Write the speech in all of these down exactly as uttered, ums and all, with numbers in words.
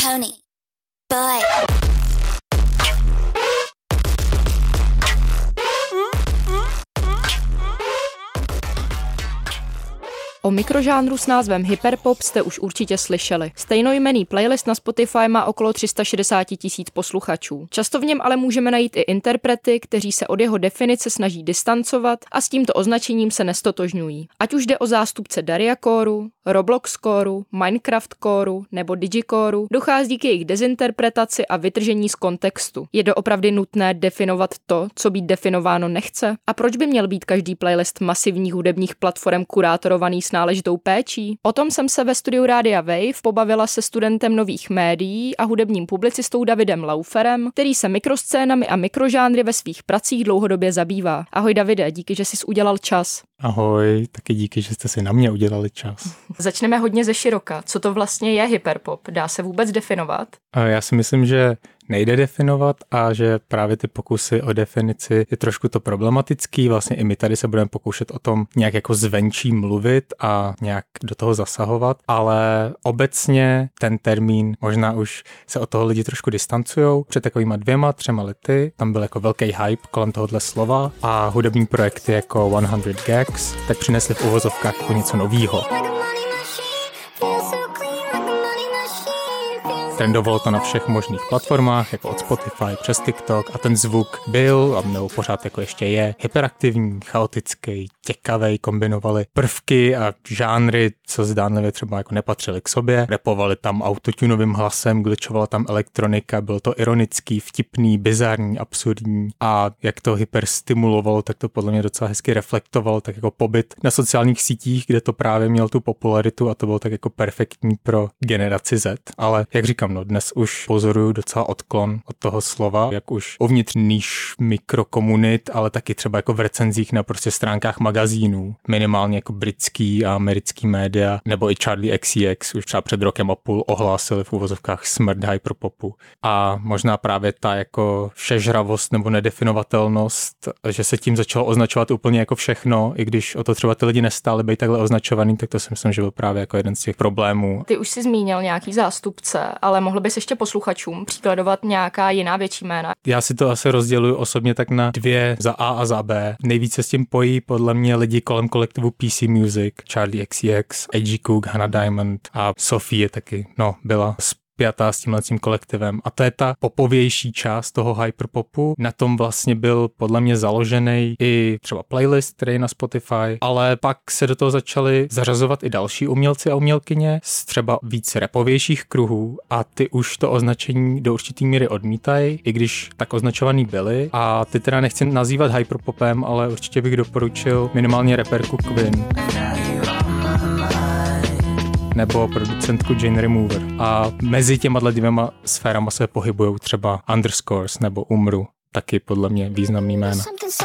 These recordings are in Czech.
Pony. Boy. O mikrožánru s názvem hyperpop jste už určitě slyšeli. Stejnojmenný playlist na Spotify má okolo tři sta šedesát tisíc posluchačů. Často v něm ale můžeme najít i interprety, kteří se od jeho definice snaží distancovat a s tímto označením se nestotožňují. Ať už jde o zástupce Daria Coreu, Roblox Coreu, Minecraft Coreu nebo Digicoreu, dochází k jejich dezinterpretaci a vytržení z kontextu. Je doopravdy nutné definovat to, co být definováno nechce? A proč by měl být každý playlist masivních hudebních platform kurátorovaný s náležitou péčí? O tom jsem se ve studiu Rádia Wave pobavila se studentem nových médií a hudebním publicistou Davidem Lauferem, který se mikroscénami a mikrožánry ve svých pracích dlouhodobě zabývá. Ahoj Davide, díky, že jsi udělal čas. Ahoj, taky díky, že jste si na mě udělali čas. Začneme hodně ze široka. Co to vlastně je hyperpop? Dá se vůbec definovat? Já si myslím, že nejde definovat a že právě ty pokusy o definici je trošku to problematický. Vlastně i my tady se budeme pokoušet o tom nějak jako zvenčí mluvit a nějak do toho zasahovat, ale obecně ten termín, možná už se od toho lidi trošku distancujou. Před takovýma dvěma, třema lety tam byl jako velký hype kolem tohohle slova a hudební projekty jako sto gags tak přinesli v uvozovkách jako něco novýho. Trendovalo to na všech možných platformách, jako od Spotify přes TikTok a ten zvuk byl, a nebo pořád jako ještě je, hyperaktivní, chaotický, těkavej, kombinovali prvky a žánry, co zdánlivě třeba jako nepatřili k sobě, rapovali tam autotunovým hlasem, glitchovala tam elektronika, bylo to ironický, vtipný, bizarní, absurdní a jak to hyperstimulovalo, tak to podle mě docela hezky reflektovalo, tak jako pobyt na sociálních sítích, kde to právě měl tu popularitu a to bylo tak jako perfektní pro generaci Z, ale jak říkám, no dnes už pozoruju docela odklon od toho slova, jak už uvnitř níž mikrokomunit, ale taky třeba jako v recenzích na prostě stránkách magazínů, minimálně jako britský a americký média, nebo i Charli X C X už třeba před rokem a půl ohlásili v uvozovkách smrt hyperpopu. A možná právě ta jako všežravost nebo nedefinovatelnost, že se tím začalo označovat úplně jako všechno, i když o to třeba ty lidi nestáli být takhle označovaný, tak to si myslím, že byl právě jako jeden z těch problémů. Ty už si zmínil nějaký zástupce, ale mohl bys ještě posluchačům příkladovat nějaká jiná větší jména? Já si to asi rozděluji osobně tak na dvě, za A a za B. Nejvíce s tím pojí podle mě lidi kolem kolektivu P C Music, Charli X C X, A G Cook, Hannah Diamond a Sophie taky, no, byla spjatá s tímhletím kolektivem. A to je ta popovější část toho hyperpopu. Na tom vlastně byl podle mě založený i třeba playlist, který je na Spotify, ale pak se do toho začali zařazovat i další umělci a umělkyně z třeba víc rapovějších kruhů a ty už to označení do určitý míry odmítají, i když tak označovaný byly. A ty teda nechci nazývat hyperpopem, ale určitě bych doporučil minimálně raperku Queen nebo producentku Jane Remover. A mezi těma dvěma sférama se pohybujou třeba Underscores nebo Umru, taky podle mě významný jména.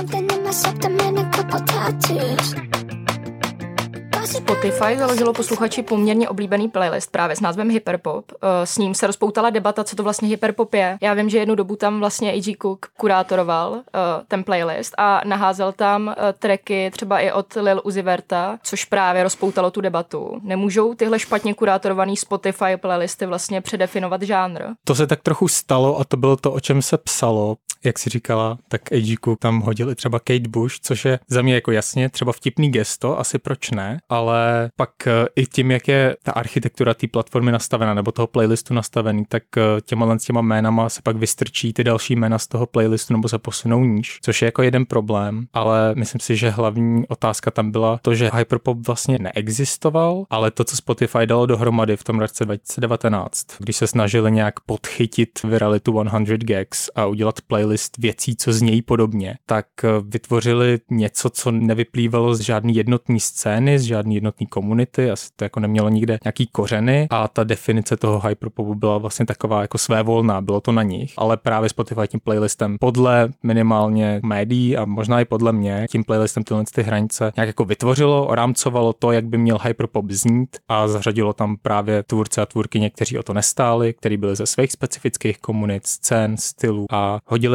Spotify založilo posluchači poměrně oblíbený playlist právě s názvem Hyperpop. S ním se rozpoutala debata, co to vlastně hyperpop je. Já vím, že jednu dobu tam vlastně A G Cook kurátoroval ten playlist a naházel tam tracky třeba i od Lil Uzi Verta, což právě rozpoutalo tu debatu. Nemůžou tyhle špatně kurátorovaný Spotify playlisty vlastně předefinovat žánr? To se tak trochu stalo a to bylo to, o čem se psalo. Jak si říkala, tak A G Cook tam hodili třeba Kate Bush, což je za mě jako jasně třeba vtipný gesto, asi proč ne, ale pak i tím, jak je ta architektura té platformy nastavená nebo toho playlistu nastavený, tak těma s těma jménama se pak vystrčí ty další jména z toho playlistu nebo se posunou níž, což je jako jeden problém, ale myslím si, že hlavní otázka tam byla to, že hyperpop vlastně neexistoval, ale to, co Spotify dalo dohromady v tom roce dva tisíce devatenáct, když se snažili nějak podchytit viralitu sto gags a udělat playlist věcí, co znějí podobně, tak vytvořili něco, co nevyplývalo z žádný jednotný scény, z žádný jednotný komunity, asi to jako nemělo nikde nějaký kořeny a ta definice toho hyperpopu byla vlastně taková jako svévolná, bylo to na nich, ale právě Spotify tím playlistem podle minimálně médií a možná i podle mě tím playlistem tyhle ty hranice nějak jako vytvořilo, rámcovalo to, jak by měl hyperpop znít a zařadilo tam právě tvůrce a tvůrkyně, kteří o to nestáli, kteří byli ze svých specifických komunit, scén, stylů a hodili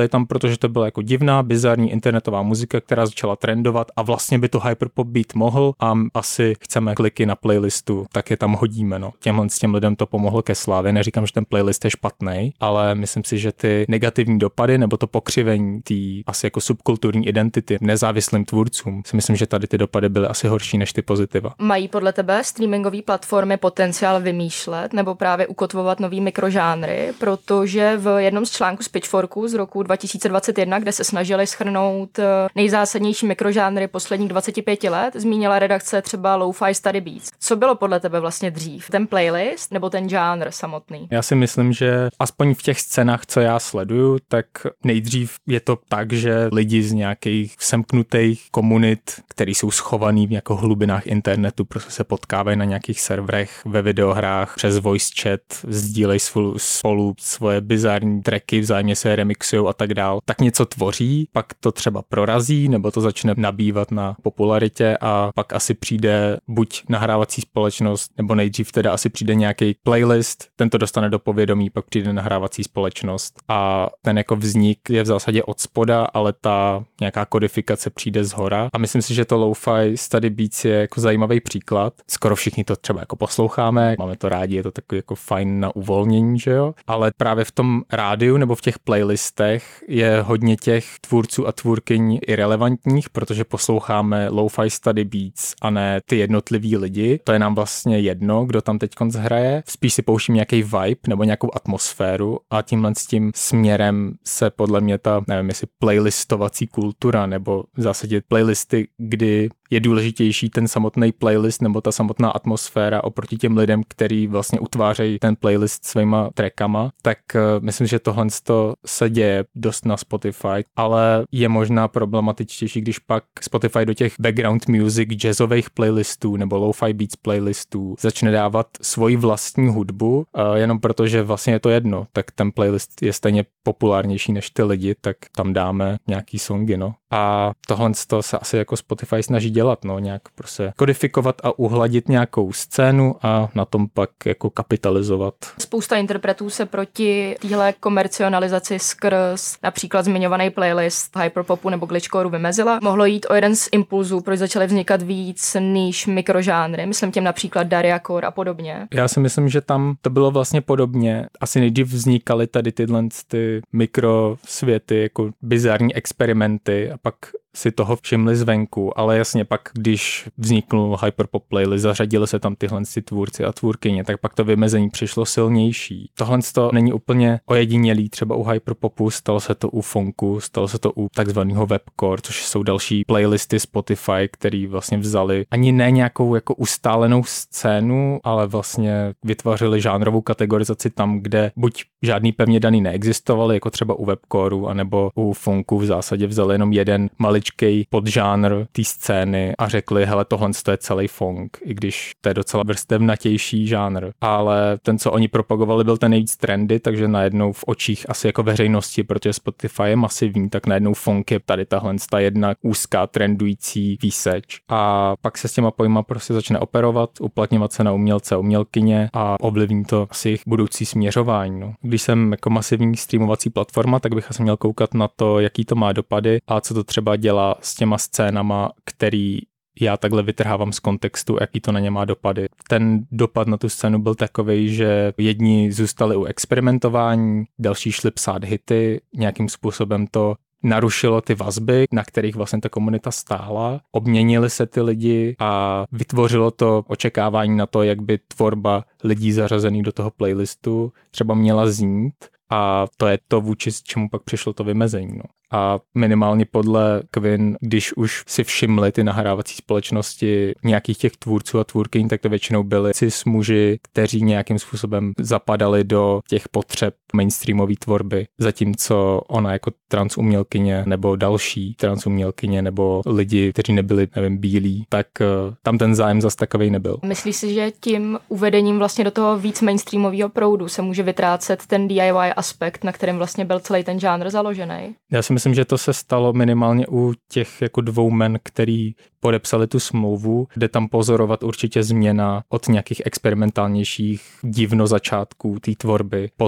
dali tam, protože to byla jako divná, bizarní internetová muzika, která začala trendovat a vlastně by to hyperpop být mohl a asi chceme kliky na playlistu, tak je tam hodíme. No. Těmhle s těm lidem to pomohlo ke slávě. Neříkám, že ten playlist je špatný, ale myslím si, že ty negativní dopady nebo to pokřivení té asi jako subkulturní identity nezávislým tvůrcům, si myslím, že tady ty dopady byly asi horší než ty pozitiva. Mají podle tebe streamingové platformy potenciál vymýšlet nebo právě ukotvovat nový mikrožánry, protože v jednom z článků z Pitchforku z roku dva tisíce dvacet jedna, kde se snažili shrnout nejzásadnější mikrožánry posledních dvacet pět let, zmínila redakce třeba Lo-Fi Study Beats. Co bylo podle tebe vlastně dřív? Ten playlist nebo ten žánr samotný? Já si myslím, že aspoň v těch scénách, co já sleduju, tak nejdřív je to tak, že lidi z nějakých semknutých komunit, který jsou schovaný v nějakých hlubinách internetu, prostě se potkávají na nějakých serverech, ve videohrách, přes voice chat, sdílejí spolu svoje bizarní tracky, vzájemně se remixujou a tak dál. Tak něco tvoří, pak to třeba prorazí, nebo to začne nabývat na popularitě a pak asi přijde buď nahrávací společnost, nebo nejdřív teda asi přijde nějaký playlist, ten to dostane do povědomí, pak přijde nahrávací společnost a ten jako vznik je v zásadě od spoda, ale ta nějaká kodifikace přijde zhora a myslím si, že to Lo-Fi Study Beats je jako zajímavý příklad. Skoro všichni to třeba jako posloucháme, máme to rádi, je to takový jako fajn na uvolnění, že jo? Ale právě v tom rádiu nebo v těch playlistech je hodně těch tvůrců a tvůrkyň irelevantních, protože posloucháme Lo-Fi Study Beats a ne ty jednotlivý lidi. To je nám vlastně jedno, kdo tam teďkonc hraje. Spíš si pouštím nějaký vibe nebo nějakou atmosféru a tímhle s tím směrem se podle mě ta, nevím, jestli playlistovací kultura nebo v zásadě playlisty, kdy je důležitější ten samotný playlist nebo ta samotná atmosféra oproti těm lidem, který vlastně utvářejí ten playlist svýma trackama, tak uh, myslím, že tohle se děje dost na Spotify, ale je možná problematičtější, když pak Spotify do těch background music jazzových playlistů nebo lo-fi beats playlistů začne dávat svoji vlastní hudbu, uh, jenom proto, že vlastně je to jedno, tak ten playlist je stejně populárnější než ty lidi, tak tam dáme nějaký songy, no. A tohle se asi jako Spotify snaží dělat, no, nějak prostě kodifikovat a uhladit nějakou scénu a na tom pak jako kapitalizovat. Spousta interpretů se proti téhle komercionalizaci skrz například zmiňovaný playlist hyperpopu nebo glitchcoreu vymezila. Mohlo jít o jeden z impulzů, proč začaly vznikat víc níž mikrožánry, myslím tím například Daria Core a podobně. Já si myslím, že tam to bylo vlastně podobně. Asi nejdřív vznikaly tady tyhle ty mikrosvěty, jako bizarní experimenty a pak si toho všimli zvenku, ale jasně pak, když vzniknul hyperpop playlist, zařadili se tam tyhle tvůrci a tvůrkyně, tak pak to vymezení přišlo silnější. Tohle to není úplně ojedinělý, třeba u hyperpopu, stalo se to u funku, stalo se to u takzvaného webcore, což jsou další playlisty Spotify, který vlastně vzali ani ne nějakou jako ustálenou scénu, ale vlastně vytvořili žánrovou kategorizaci tam, kde buď žádný pevně daný neexistovaly, jako třeba u webcoreu, anebo u funku v zásadě vzali jenom jeden maličkej podžánr té scény a řekli, hele, tohle je celý funk, i když to je docela vrstevnatější žánr. Ale ten, co oni propagovali, byl ten nejvíc trendy, takže najednou v očích asi jako veřejnosti, protože Spotify je masivní, tak najednou funk je tady tahle ta jedna úzká trendující výseč. A pak se s těma pojma prostě začne operovat, uplatňovat se na umělce a umělkyně a ovlivní to asi jejich budoucí směřování. No. Když jsem jako masivní streamovací platforma, tak bych asi měl koukat na to, jaký to má dopady a co to třeba dělá s těma scénama, který já takhle vytrhávám z kontextu, jaký to na ně má dopady. Ten dopad na tu scénu byl takovej, že jedni zůstali u experimentování, další šli psát hity, nějakým způsobem to narušilo ty vazby, na kterých vlastně ta komunita stála, obměnili se ty lidi a vytvořilo to očekávání na to, jak by tvorba lidí zařazených do toho playlistu třeba měla znít. A to je to, vůči čemu pak přišlo to vymezení. No. A minimálně podle Quinn, když už si všimli ty nahrávací společnosti nějakých těch tvůrců a tvůrkyň, tak to většinou byli cis muži, kteří nějakým způsobem zapadali do těch potřeb mainstreamové tvorby, zatímco ona jako trans umělkyně nebo další trans umělkyně nebo lidi, kteří nebyli, nevím, bílí, tak uh, tam ten zájem zas takovej nebyl. Myslíš si, že tím uvedením vlastně do toho víc mainstreamového proudu se může vytrácet ten D I Y aspekt, na kterém vlastně byl celý ten žánr založený? Já si myslím, že to se stalo minimálně u těch jako dvou men, který podepsali tu smlouvu, kde tam pozorovat určitě změna od nějakých experimentálnějších divno začátků té tvorby, potom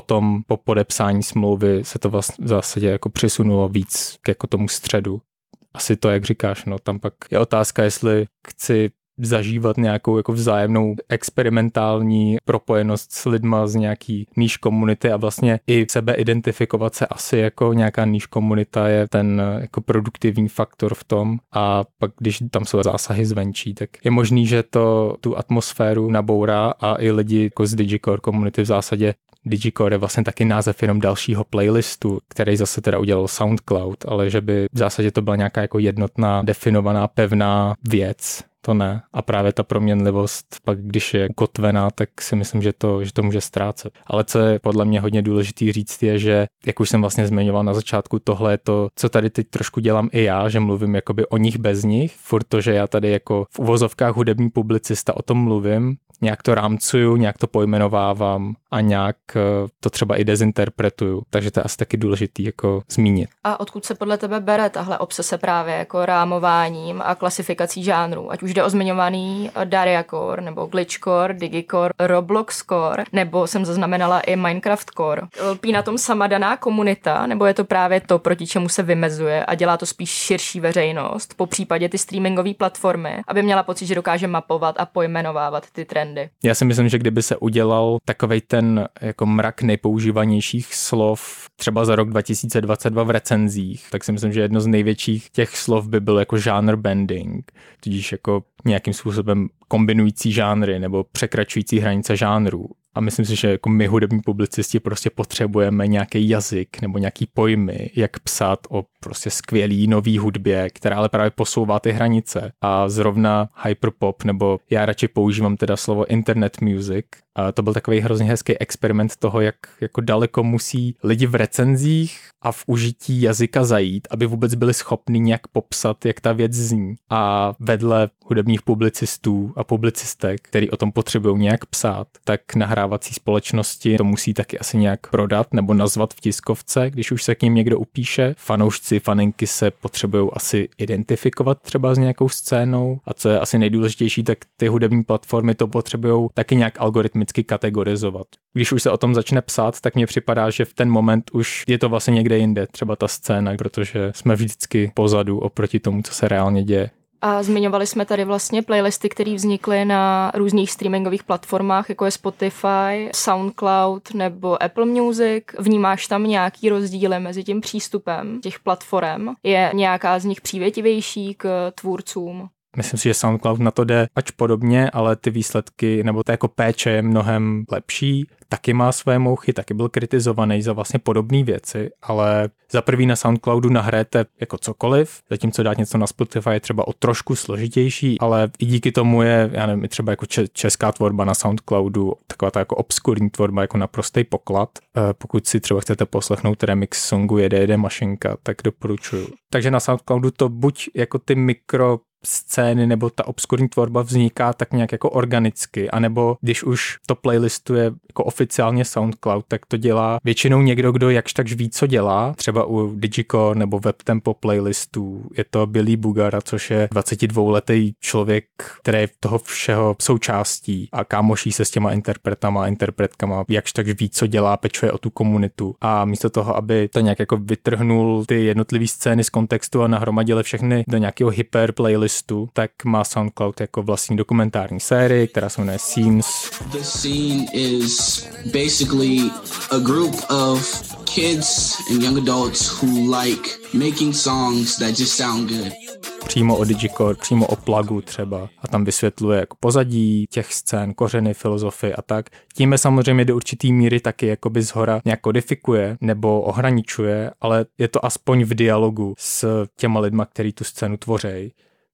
po podepsání smlouvy se to vlastně v zásadě jako přesunulo víc k jako tomu středu. Asi to, jak říkáš, no tam pak je otázka, jestli chci zažívat nějakou jako vzájemnou experimentální propojenost s lidma z nějaký níž komunity a vlastně i sebe identifikovat se asi jako nějaká níž komunita je ten jako produktivní faktor v tom a pak když tam jsou zásahy zvenčí, tak je možný, že to tu atmosféru nabourá a i lidi jako z Digicore komunity v zásadě Digicore je vlastně taky název jenom dalšího playlistu, který zase teda udělal SoundCloud, ale že by v zásadě to byla nějaká jako jednotná, definovaná, pevná věc, to ne. A právě ta proměnlivost, pak když je kotvená, tak si myslím, že to, že to může ztrácet. Ale co je podle mě hodně důležitý říct je, že jak už jsem vlastně zmiňoval na začátku, tohle je to, co tady teď trošku dělám i já, že mluvím jakoby o nich bez nich. Furt to, že já tady jako v uvozovkách hudební publicista o tom mluvím, nějak to rámcuju, nějak to pojmenovávám a nějak to třeba i dezinterpretuju. Takže to je asi taky důležitý jako zmínit. A odkud se podle tebe bere tahle obsese právě jako rámováním a klasifikací žánrů? Ať už jde o zmiňovaný Dariacore, nebo Glitchcore, Digicore, Robloxcore, nebo jsem zaznamenala i Minecraftcore. Lpí na tom sama daná komunita, nebo je to právě to, proti čemu se vymezuje a dělá to spíš širší veřejnost, po případě ty streamingové platformy, aby měla pocit, že dokáže mapovat a pojmenovávat ty trendy? Já si myslím, že kdyby se udělal takovej ten jako mrak nejpoužívanějších slov třeba za rok dva tisíce dvacet dva v recenzích, tak si myslím, že jedno z největších těch slov by bylo jako genre bending, tudíž jako nějakým způsobem kombinující žánry nebo překračující hranice žánrů. A myslím si, že jako my hudební publicisti prostě potřebujeme nějaký jazyk nebo nějaký pojmy, jak psát o prostě skvělý nový hudbě, která ale právě posouvá ty hranice. A zrovna hyperpop, nebo já radši používám teda slovo internet music, a to byl takový hrozně hezký experiment toho, jak jako daleko musí lidi v recenzích a v užití jazyka zajít, aby vůbec byli schopni nějak popsat, jak ta věc zní. A vedle hudebních publicistů a publicistek, který o tom potřebují nějak psát, tak nahrávací společnosti to musí taky asi nějak prodat nebo nazvat v tiskovce, když už se k ním někdo upíše. Fanoušci, faninky se potřebují asi identifikovat třeba s nějakou scénou a co je asi nejdůležitější, tak ty hudební platformy to potřebují taky nějak algoritmicky kategorizovat. Když už se o tom začne psát, tak mně připadá, že v ten moment už je to vlastně někde jinde, třeba ta scéna, protože jsme vždycky pozadu oproti tomu, co se reálně děje. A zmiňovali jsme tady vlastně playlisty, které vznikly na různých streamingových platformách, jako je Spotify, SoundCloud nebo Apple Music. Vnímáš tam nějaký rozdíly mezi tím přístupem těch platform? Je nějaká z nich přívětivější k tvůrcům? Myslím si, že SoundCloud na to jde ač podobně, ale ty výsledky, nebo to jako péče je mnohem lepší. Taky má své mouchy, taky byl kritizovaný za vlastně podobné věci, ale za prvý na SoundCloudu nahrajete jako cokoliv, zatímco dát něco na Spotify je třeba o trošku složitější, ale i díky tomu je, já nevím, třeba jako česká tvorba na SoundCloudu, taková ta jako obskurní tvorba, jako naprostý poklad. Pokud si třeba chcete poslechnout remix songu Jede jede mašinka, tak doporučuju. Takže na SoundCloudu to buď jako ty mikro scény nebo ta obskurní tvorba vzniká tak nějak jako organicky, anebo když už to playlistuje jako oficiálně SoundCloud, tak to dělá většinou někdo, kdo jakž takž ví, co dělá. Třeba u Digicore nebo Webtempo playlistů je to Billy Bugara, což je dvacetidvouletý člověk, který je toho všeho součástí a kámoší se s těma interpretama a interpretkama, jakž takž ví, co dělá, pečuje o tu komunitu. A místo toho, aby to nějak jako vytrhnul ty jednotlivé scény z kontextu a nahromadil všechny do nějakého hyper playlistu, tak má SoundCloud jako vlastní dokumentární sérii, která se jmenuje Scenes. The scene is basically a group of kids and young adults who like making songs that just sound good. Přímo o Digicore, přímo o plugu třeba a tam vysvětluje jako pozadí těch scén, kořeny, filozofii a tak. Tím je samozřejmě do určitý míry taky jakoby zhora nějak kodifikuje nebo ohraničuje, ale je to aspoň v dialogu s těma lidma, který tu scénu tvoří.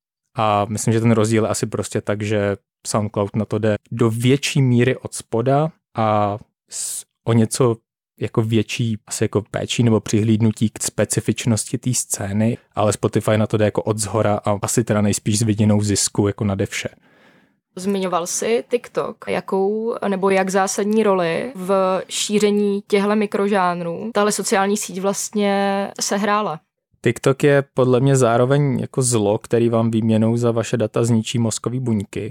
A myslím, že ten rozdíl je asi prostě tak, že SoundCloud na to jde do větší míry od spoda a o něco jako větší asi jako péčí nebo přihlídnutí k specifičnosti té scény, ale Spotify na to jde jako od zhora a asi teda nejspíš s vidinou zisku jako nade vše. Zmiňoval jsi TikTok, jakou nebo jak zásadní roli v šíření těchto mikrožánrů tahle sociální síť vlastně sehrála? TikTok je podle mě zároveň jako zlo, který vám výměnou za vaše data zničí mozkové buňky.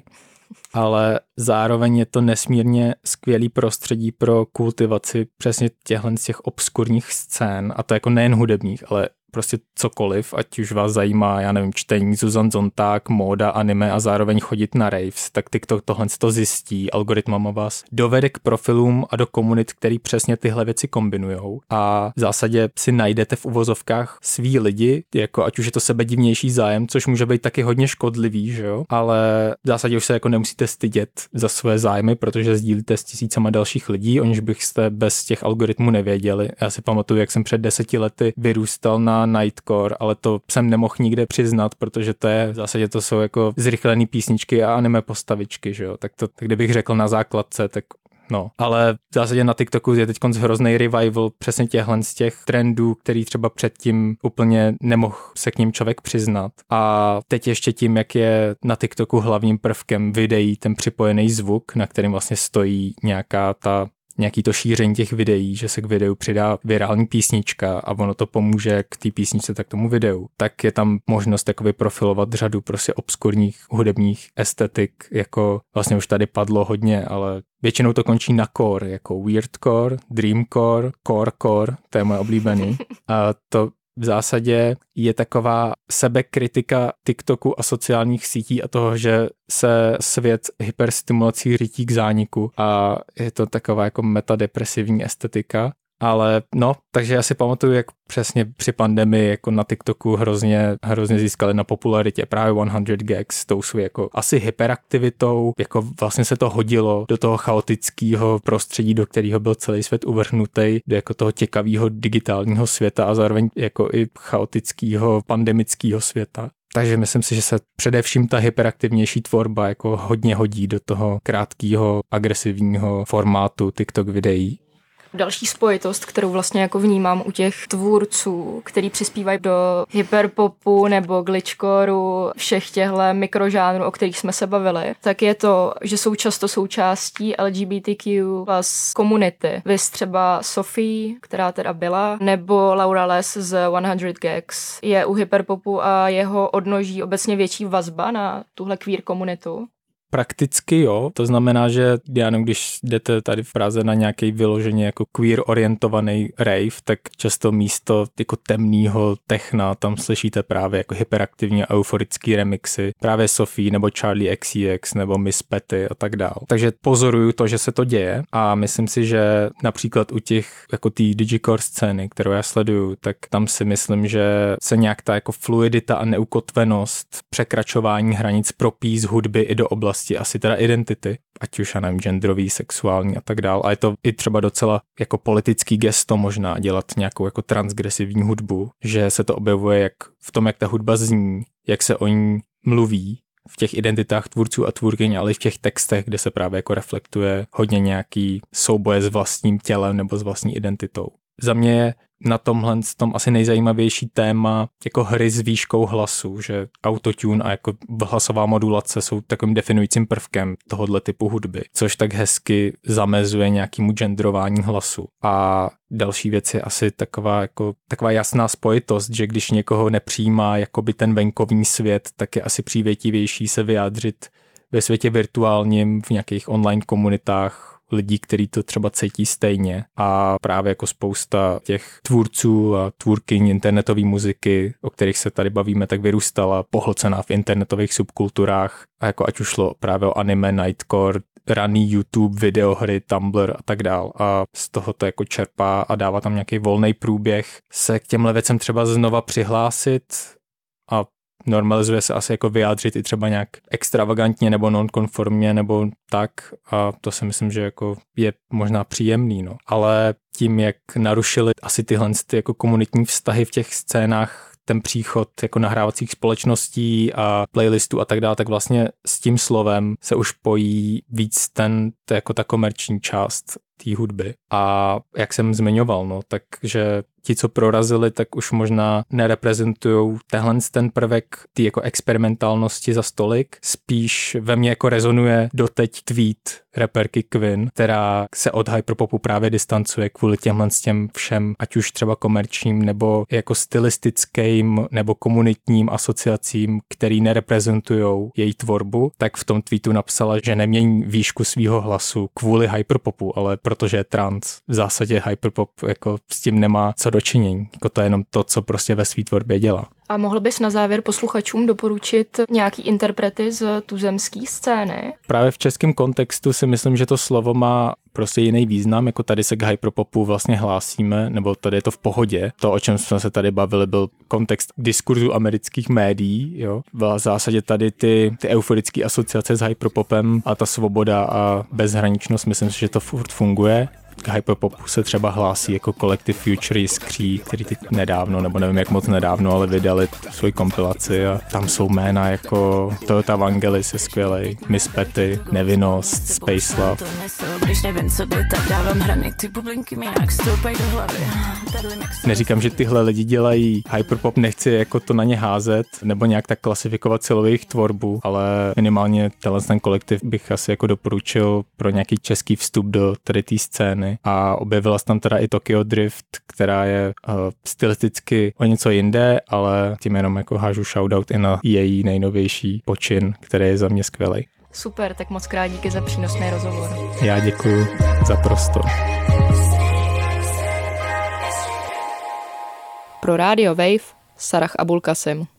ale zároveň je to nesmírně skvělý prostředí pro kultivaci přesně těchhle z těch obskurních scén, a to jako nejen hudebních, ale prostě cokoliv, ať už vás zajímá, já nevím, čtení, Susan Sontag, móda, anime a zároveň chodit na raves, tak TikTok tohle to zjistí, algoritmama vás dovede k profilům a do komunit, který přesně tyhle věci kombinujou, a v zásadě si najdete v uvozovkách svý lidi, jako ať už je to sebedivnější zájem, což může být taky hodně škodlivý, že jo, ale v zásadě už se jako nemusíte stydět za své zájmy, protože sdílíte s tisícama dalších lidí, oniž byste bez těch algoritmů nevěděli. Já si pamatuju, jak jsem před deseti lety vyrůstal na Nightcore, ale to jsem nemohl nikde přiznat, protože to je, v zásadě to jsou jako zrychlený písničky a anime postavičky, že jo, tak to, tak kdybych řekl na základce, tak no, ale v zásadě na TikToku je teď hrozný revival přesně těchhle z těch trendů, který třeba předtím úplně nemohl se k ním člověk přiznat. A teď ještě tím, jak je na TikToku hlavním prvkem videí ten připojený zvuk, na kterým vlastně stojí nějaká ta nějaký to šíření těch videí, že se k videu přidá virální písnička a ono to pomůže k té písničce, tak tomu videu, tak je tam možnost jako vyprofilovat řadu prostě obskurních hudebních estetik, jako vlastně už tady padlo hodně, ale většinou to končí na core, jako weirdcore, dreamcore, corecore, to je moje oblíbený. A to v zásadě je taková sebekritika TikToku a sociálních sítí a toho, že se svět hyperstimulací řítí k zániku a je to taková jako metadepresivní estetika. Ale no, takže já si pamatuju, jak přesně při pandemii jako na TikToku hrozně, hrozně získali na popularitě právě sto gags, tou svou jako asi hyperaktivitou, jako vlastně se to hodilo do toho chaotického prostředí, do kterého byl celý svět uvrhnutý, do jako toho těkavého digitálního světa a zároveň jako i chaotického pandemického světa. Takže myslím si, že se především ta hyperaktivnější tvorba jako hodně hodí do toho krátkého agresivního formátu TikTok videí. Další spojitost, kterou vlastně jako vnímám u těch tvůrců, který přispívají do hyperpopu nebo glitchcoreu, všech těchto mikrožánrů, o kterých jsme se bavili, tak je to, že jsou často součástí L G B T Q plus komunity. Vys třeba Sophie, která teda byla, nebo Laura Les z sto gags. Je u hyperpopu a jeho odnoží obecně větší vazba na tuhle queer komunitu? Prakticky jo, to znamená, že já nevím, když jdete tady v Praze na nějaký vyloženě jako queer orientovaný rave, tak často místo jako temného techna tam slyšíte právě jako hyperaktivní a euforický remixy, právě Sophie nebo Charlie X C X nebo Miss Petty a tak dál. Takže pozoruju to, že se to děje a myslím si, že například u těch jako té digicore scény, kterou já sleduju, tak tam si myslím, že se nějak ta jako fluidita a neukotvenost, překračování hranic propí z hudby i do oblasti asi teda identity, ať už, já nevím, genderový, sexuální a tak dál. A je to i třeba docela jako politický gesto možná dělat nějakou jako transgresivní hudbu, že se to objevuje jak v tom, jak ta hudba zní, jak se o ní mluví v těch identitách tvůrců a tvůrkyň, ale i v těch textech, kde se právě jako reflektuje hodně nějaký souboje s vlastním tělem nebo s vlastní identitou. Za mě je na tomhle tom asi nejzajímavější téma jako hry s výškou hlasu, že autotune a jako hlasová modulace jsou takovým definujícím prvkem tohohle typu hudby, což tak hezky zamezuje nějakému genderování hlasu. A další věc je asi taková, jako, taková jasná spojitost, že když někoho nepřijímá jakoby ten venkovní svět, tak je asi přívětivější se vyjádřit ve světě virtuálním, v nějakých online komunitách lidí, kteří to třeba cítí stejně a právě jako spousta těch tvůrců a tvůrkyň internetové muziky, o kterých se tady bavíme, tak vyrůstala pohlcená v internetových subkulturách a jako ať už šlo právě o anime, nightcore, raný YouTube, videohry, Tumblr a tak dál a z toho to jako čerpá a dává tam nějaký volný průběh se k těmhle věcem třeba znova přihlásit a normalizuje se asi jako vyjádřit i třeba nějak extravagantně nebo nonkonformně nebo tak a to si myslím, že jako je možná příjemný, no. Ale tím, jak narušili asi tyhle ty jako komunitní vztahy v těch scénách, ten příchod jako nahrávacích společností a playlistů a tak dále, tak vlastně s tím slovem se už pojí víc ten, to jako ta komerční část té hudby. A jak jsem zmiňoval, no, takže ti, co prorazili, tak už možná nereprezentují tenhle ten prvek té jako experimentálnosti za stolik. Spíš ve mně jako rezonuje doteď tweet raperky Quinn, která se od hyperpopu právě distancuje kvůli těmhle s těm všem, ať už třeba komerčním nebo jako stylistickým nebo komunitním asociacím, který nereprezentují její tvorbu, tak v tom tweetu napsala, že nemění výšku svýho hlasu kvůli hyperpopu, ale protože je trans. V zásadě hyperpop jako s tím nemá co dočinění. Jako to je jenom to, co prostě ve své tvorbě dělá. A mohl bys na závěr posluchačům doporučit nějaký interprety z tuzemské scény? Právě v českém kontextu si myslím, že to slovo má prostě jiný význam, jako tady se k hyperpopu vlastně hlásíme, nebo tady je to v pohodě. To, o čem jsme se tady bavili, byl kontext diskurzu amerických médií, jo. V zásadě tady ty, ty euforické asociace s hyperpopem a ta svoboda a bezhraničnost, myslím si, že to furt funguje. K hyperpopu se třeba hlásí jako kolektiv Future Jiskří, který teď nedávno, nebo nevím jak moc nedávno, ale vydali svoji kompilaci a tam jsou jména jako Toyota Vangelis je skvělej, Miss Petty, Nevinnost, Space Love. Neříkám, že tyhle lidi dělají hyperpop, nechci jako to na ně házet, nebo nějak tak klasifikovat celou jejich tvorbu, ale minimálně tenhle ten kolektiv bych asi jako doporučil pro nějaký český vstup do tady té scény. A objevila se tam teda i Tokyo Drift, která je uh, stylisticky o něco jinde, ale tím jenom jako hážu shoutout i na její nejnovější počin, který je za mě skvělej. Super, tak moc krát díky za přínosný rozhovor. Já děkuju za prostor. Pro Radio Wave Sarah Abulkasim.